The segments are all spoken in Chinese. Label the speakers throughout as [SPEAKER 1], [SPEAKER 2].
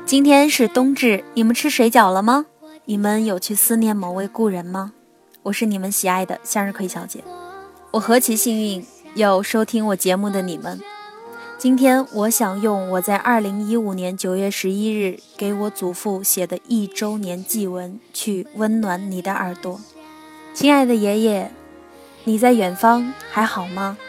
[SPEAKER 1] 今天是冬至，你们吃水饺了吗？你们有去思念某位故人吗？我是你们喜爱的向日葵小姐。我何其幸运有收听我节目的你们。今天我想用我在2015年9月11日给我祖父写的1周年祭文去温暖你的耳朵。亲爱的爷爷，你在远方还好吗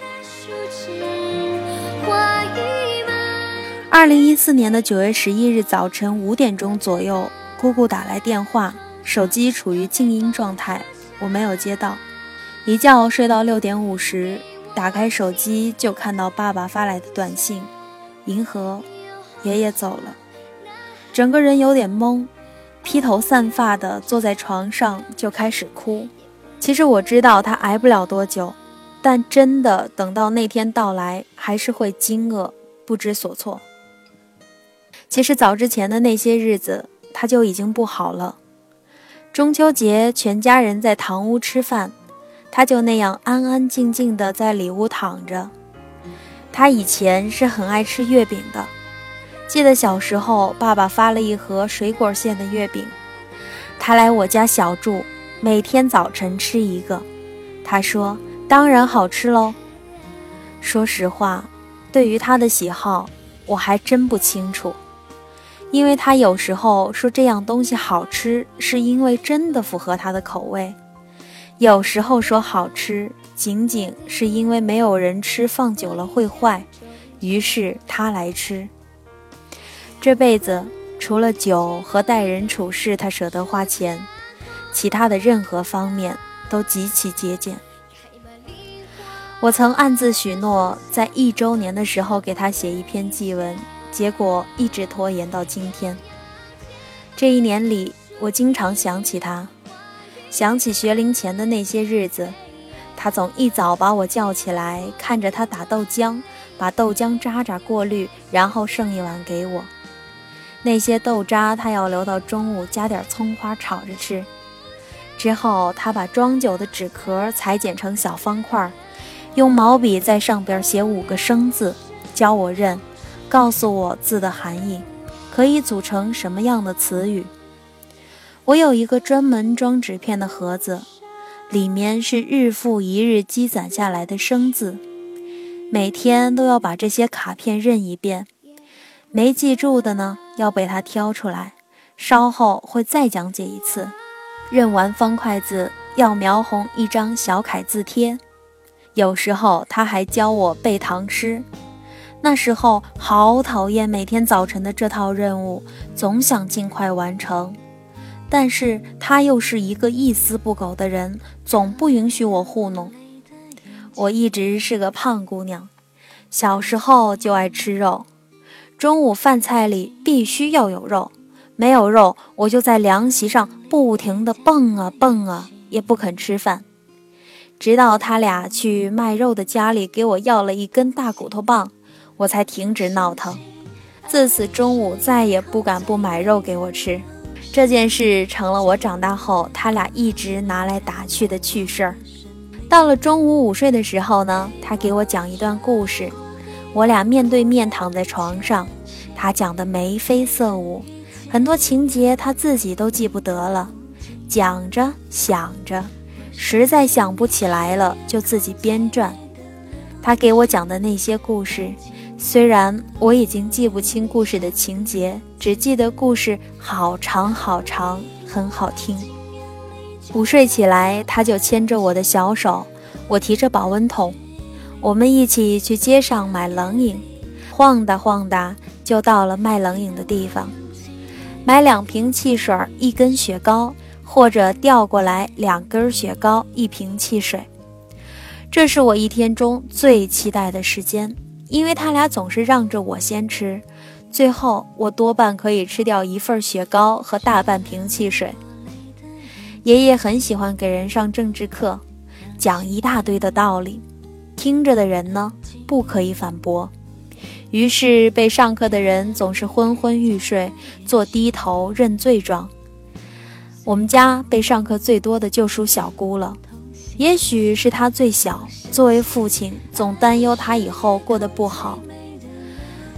[SPEAKER 1] ？2014年的9月11日早晨5点钟左右，姑姑打来电话，手机处于静音状态，我没有接到。一觉睡到6点50，打开手机就看到爸爸发来的短信：银河，爷爷走了。整个人有点懵，披头散发的坐在床上就开始哭。其实我知道他挨不了多久，但真的等到那天到来，还是会惊愕不知所措。其实早之前的那些日子他就已经不好了。中秋节全家人在堂屋吃饭，他就那样安安静静地在里屋躺着。他以前是很爱吃月饼的，记得小时候爸爸发了一盒水果馅的月饼，他来我家小住，每天早晨吃一个。他说当然好吃咯。说实话，对于他的喜好我还真不清楚，因为他有时候说这样东西好吃是因为真的符合他的口味，有时候说好吃仅仅是因为没有人吃放久了会坏，于是他来吃。这辈子除了酒和待人处事他舍得花钱，其他的任何方面都极其节俭。我曾暗自许诺在1周年的时候给他写一篇祭文，结果一直拖延到今天。这1年里我经常想起他，想起学龄前的那些日子，他总一早把我叫起来，看着他打豆浆，把豆浆渣渣过滤，然后剩一碗给我。那些豆渣他要留到中午加点葱花炒着吃。之后他把装酒的纸壳裁剪成小方块，用毛笔在上边写5个生字，教我认，告诉我字的含义，可以组成什么样的词语。我有一个专门装纸片的盒子，里面是日复一日积攒下来的生字，每天都要把这些卡片认一遍，没记住的呢要被它挑出来，稍后会再讲解一次。认完方块字要描红一张小楷字贴。有时候他还教我背唐诗，那时候好讨厌每天早晨的这套任务，总想尽快完成。但是他又是一个一丝不苟的人，总不允许我糊弄。我一直是个胖姑娘，小时候就爱吃肉，中午饭菜里必须要有肉，没有肉我就在凉席上不停地蹦啊蹦啊，也不肯吃饭。直到他俩去卖肉的家里给我要了一根大骨头棒，我才停止闹腾。自此中午再也不敢不买肉给我吃。这件事成了我长大后他俩一直拿来打趣的趣事儿。到了中午午睡的时候呢，他给我讲一段故事，我俩面对面躺在床上，他讲得眉飞色舞，很多情节他自己都记不得了，讲着想着实在想不起来了，就自己编撰。他给我讲的那些故事，虽然我已经记不清故事的情节，只记得故事好长好长，很好听。午睡起来，他就牵着我的小手，我提着保温桶，我们一起去街上买冷饮，晃哒晃哒就到了卖冷饮的地方，买2瓶汽水1根雪糕，或者调过来2根雪糕1瓶汽水。这是我一天中最期待的时间，因为他俩总是让着我先吃，最后我多半可以吃掉1份雪糕和大半瓶汽水。爷爷很喜欢给人上政治课，讲一大堆的道理，听着的人呢不可以反驳，于是被上课的人总是昏昏欲睡，做低头认罪状。我们家被上课最多的就属小姑了，也许是她最小，作为父亲总担忧她以后过得不好。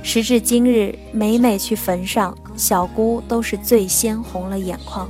[SPEAKER 1] 时至今日，每每去坟上，小姑都是最先红了眼眶。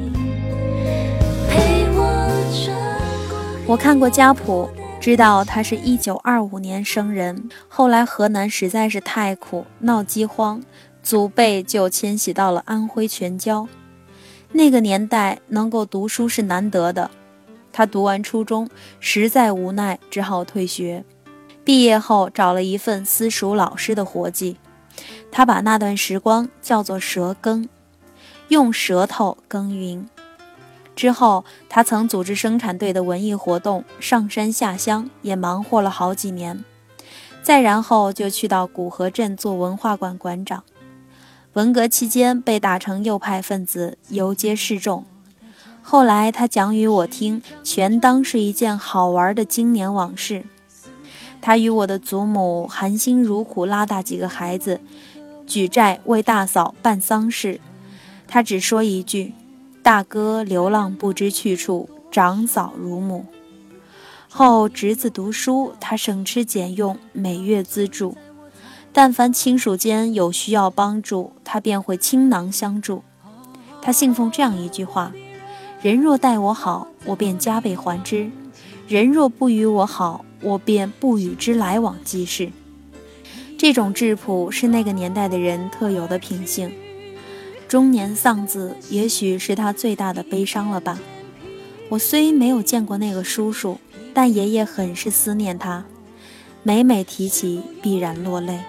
[SPEAKER 1] 我看过家谱，知道他是1925年生人，后来河南实在是太苦，闹饥荒，祖辈就迁徙到了安徽全椒。那个年代能够读书是难得的，他读完初中实在无奈，只好退学。毕业后找了一份私塾老师的活计，他把那段时光叫做舌耕，用舌头耕耘。之后他曾组织生产队的文艺活动，上山下乡，也忙活了好几年。再然后就去到古河镇做文化馆馆长。文革期间被打成右派分子，游街示众。后来他讲与我听，全当是一件好玩的经年往事。他与我的祖母含辛茹苦拉大几个孩子，举债为大嫂办丧事。他只说一句：大哥流浪不知去处，长嫂如母。后侄子读书，他省吃俭用，每月资助。但凡亲属间有需要帮助，他便会倾囊相助。他信奉这样一句话：人若待我好，我便加倍还之；人若不与我好，我便不与之来往即是。这种质朴是那个年代的人特有的品性。中年丧子也许是他最大的悲伤了吧。我虽没有见过那个叔叔，但爷爷很是思念他，每每提起必然落泪。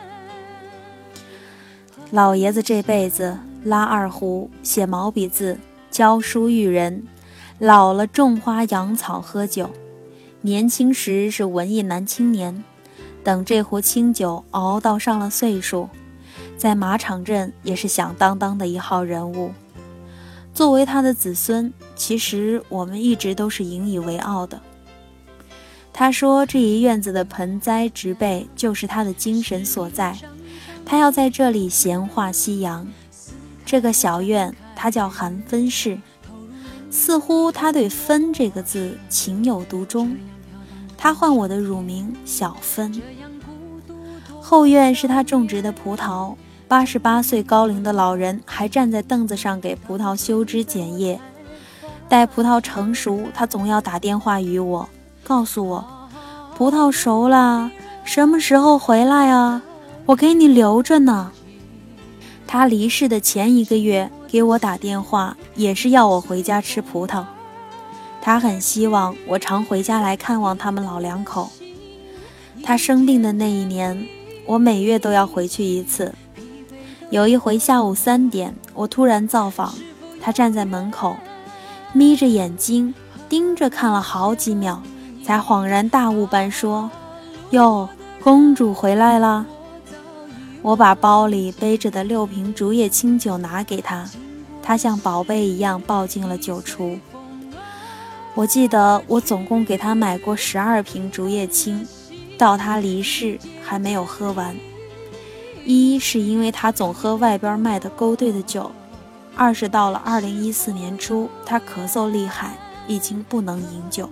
[SPEAKER 1] 老爷子这辈子拉二胡，写毛笔字，教书育人，老了种花养草喝酒，年轻时是文艺男青年，等这壶清酒熬到上了岁数，在马场镇也是响当当的一号人物。作为他的子孙，其实我们一直都是引以为傲的。他说这一院子的盆栽植被就是他的精神所在，他要在这里闲话夕阳。这个小院他叫寒分室，似乎他对分这个字情有独钟。他唤我的乳名小分。后院是他种植的葡萄，88岁高龄的老人还站在凳子上给葡萄修枝剪叶。待葡萄成熟，他总要打电话与我，告诉我葡萄熟了，什么时候回来啊？我给你留着呢。他离世的前1个月给我打电话，也是要我回家吃葡萄。他很希望我常回家来看望他们老两口。他生病的那一年，我每月都要回去一次。有一回下午3点，我突然造访，他站在门口，眯着眼睛盯着看了好几秒，才恍然大悟般说：哟，公主回来了。我把包里背着的6瓶竹叶青酒拿给他，他像宝贝一样抱进了酒橱。我记得我总共给他买过12瓶竹叶青，到他离世还没有喝完。一是因为他总喝外边卖的勾兑的酒，二是到了2014年初，他咳嗽厉害，已经不能饮酒。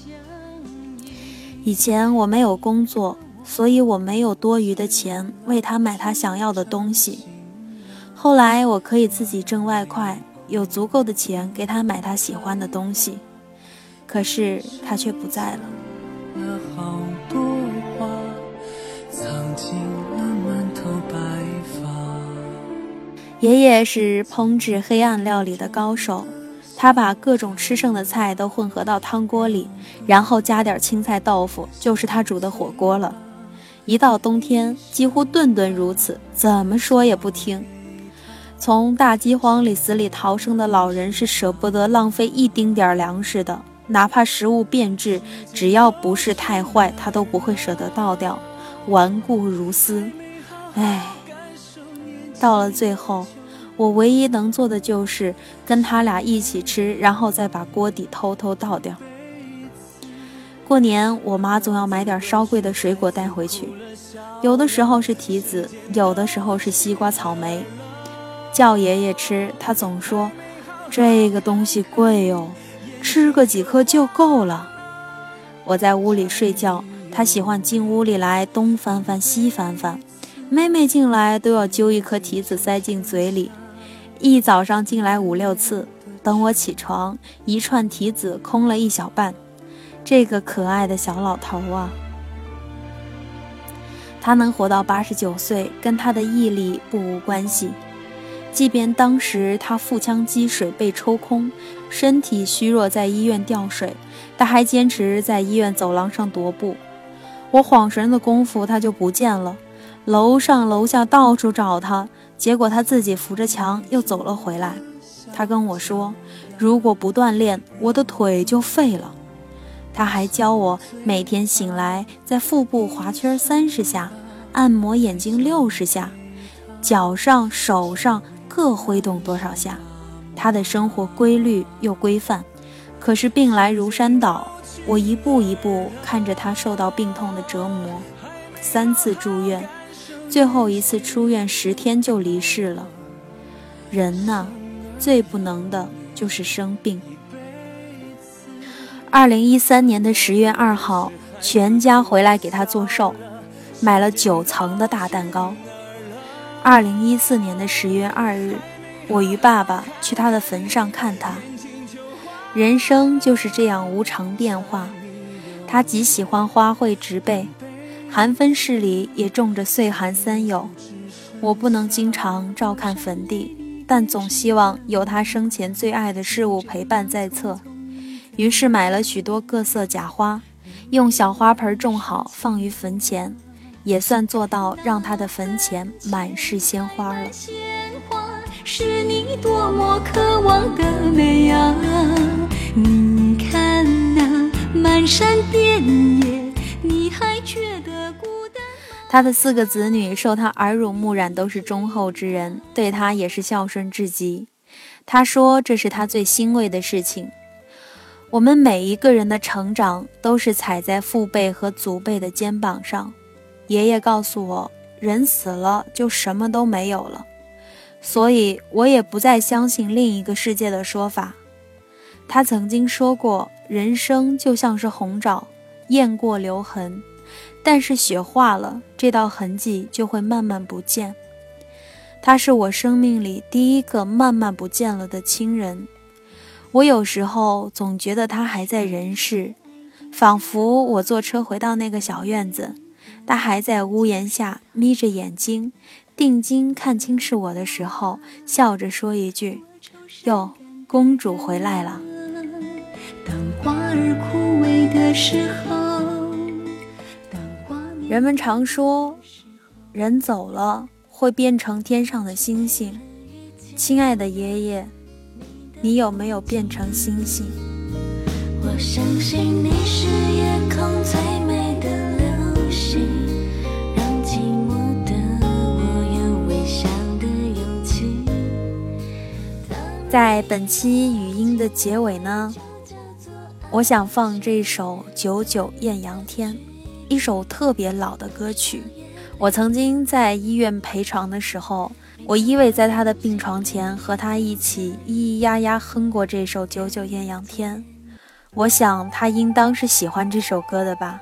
[SPEAKER 1] 以前我没有工作，所以我没有多余的钱为他买他想要的东西。后来我可以自己挣外快，有足够的钱给他买他喜欢的东西，可是他却不在了。
[SPEAKER 2] 好多话藏进了满头白发。
[SPEAKER 1] 爷爷是烹制黑暗料理的高手，他把各种吃剩的菜都混合到汤锅里，然后加点青菜豆腐，就是他煮的火锅了。一到冬天，几乎顿顿如此，怎么说也不听。从大饥荒里死里逃生的老人是舍不得浪费一丁点粮食的，哪怕食物变质，只要不是太坏，他都不会舍得倒掉，顽固如斯。唉，到了最后，我唯一能做的就是跟他俩一起吃，然后再把锅底偷偷倒掉。过年我妈总要买点稍贵的水果带回去，有的时候是提子，有的时候是西瓜草莓。叫爷爷吃，他总说这个东西贵哦，吃个几颗就够了。我在屋里睡觉，他喜欢进屋里来东翻翻西翻翻， 妹妹进来都要揪一颗提子塞进嘴里，一早上进来5、6次，等我起床，一串提子空了一小半。这个可爱的小老头啊，他能活到89岁，跟他的毅力不无关系。即便当时他腹腔积水被抽空，身体虚弱，在医院吊水，他还坚持在医院走廊上踱步。我晃神的功夫，他就不见了，楼上楼下到处找他，结果他自己扶着墙又走了回来。他跟我说，如果不锻炼，我的腿就废了。他还教我每天醒来在腹部划圈30下，按摩眼睛60下，脚上手上各挥动多少下。他的生活规律又规范，可是病来如山倒，我一步一步看着他受到病痛的折磨，3次住院，最后一次出院10天就离世了。人呐，最不能的就是生病。2013年的10月2号，全家回来给他做寿，买了9层的大蛋糕。2014年的10月2日，我与爸爸去他的坟上看他。人生就是这样无常变化。他极喜欢花卉植被，寒分室里也种着岁寒三友。我不能经常照看坟地，但总希望有他生前最爱的事物陪伴在侧。于是买了许多各色假花，用小花盆种好，放于坟前，也算做到让他的坟前满是鲜花了。
[SPEAKER 2] 鲜花是你多么渴望的美啊！你看那满山遍野，你还觉得孤单？
[SPEAKER 1] 他的4个子女受他耳濡目染，都是忠厚之人，对他也是孝顺至极。他说这是他最欣慰的事情。我们每一个人的成长都是踩在父辈和祖辈的肩膀上。爷爷告诉我，人死了就什么都没有了，所以我也不再相信另一个世界的说法。他曾经说过，人生就像是红枣，雁过留痕，但是雪化了，这道痕迹就会慢慢不见。他是我生命里第一个慢慢不见了的亲人。我有时候总觉得他还在人世，仿佛我坐车回到那个小院子，他还在屋檐下眯着眼睛，定睛看清是我的时候，笑着说一句：哟，公主回来了。
[SPEAKER 2] 当花儿枯萎的时候，
[SPEAKER 1] 人们常说，人走了会变成天上的星星。亲爱的爷爷，你有没有变成星星？
[SPEAKER 2] 我相信你是夜空最美的流星，让寂寞的我有微笑的勇气。
[SPEAKER 1] 在本期语音的结尾呢，我想放这首《久久艳阳天》，一首特别老的歌曲。我曾经在医院陪床的时候，我依偎在他的病床前，和他一起咿咿呀呀哼过这首《久久艳阳天》。我想他应当是喜欢这首歌的吧。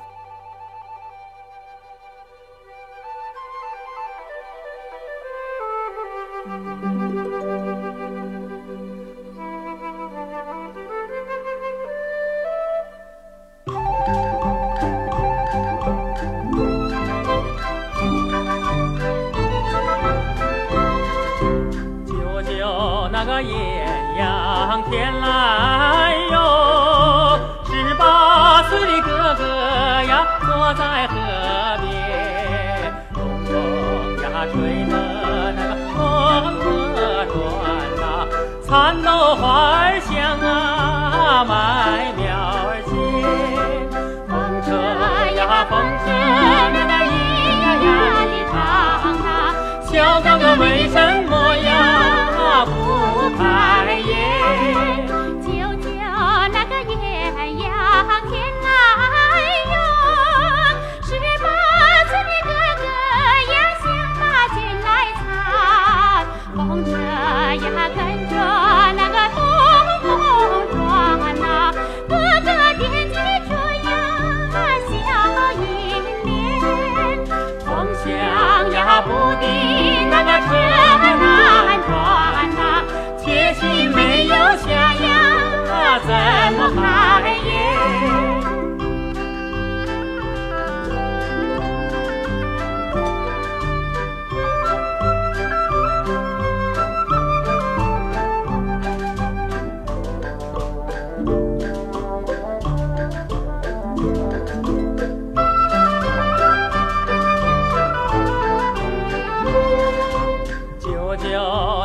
[SPEAKER 3] 那个艳阳天来哟，18岁的哥哥呀，坐在河边，风风呀吹得那个风车转呐，蚕豆花儿香啊，麦苗儿甜，风车呀风车，那个咿呀呀的唱啊，小哥哥为什么呀？不开眼，
[SPEAKER 4] 就叫那个艳阳天来哟，18岁的哥哥呀，想把剑来插，风车呀跟着那个风转呐，哥哥惦记着呀笑盈脸，
[SPEAKER 3] 风香呀不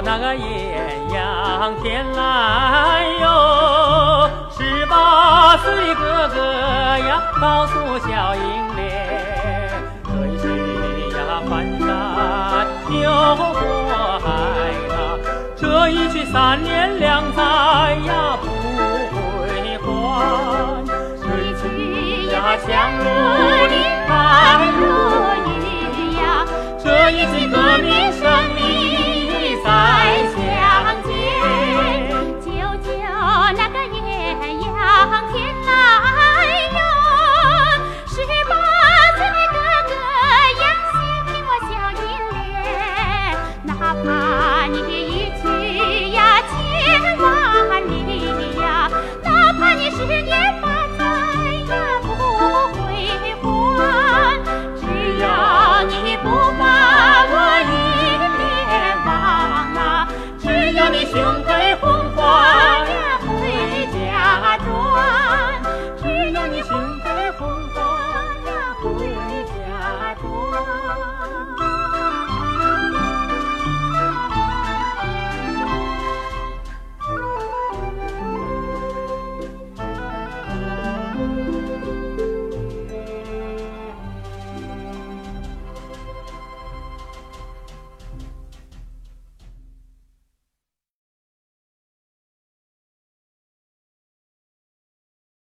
[SPEAKER 3] 那个艳阳天来哟，18岁哥哥呀，告诉小英莲，这一去呀翻山又过海啦，这一去3年2载呀不回还，这一去呀像如林海如云呀，这一去革命胜利再相见，
[SPEAKER 4] 舅舅那个艳阳天来哟，18岁的哥哥呀，先听我小英莲，哪怕你一去呀千万里呀，哪怕你10年8载呀不回还，只要你不把我一脸忘啊，
[SPEAKER 3] 只要你胸怀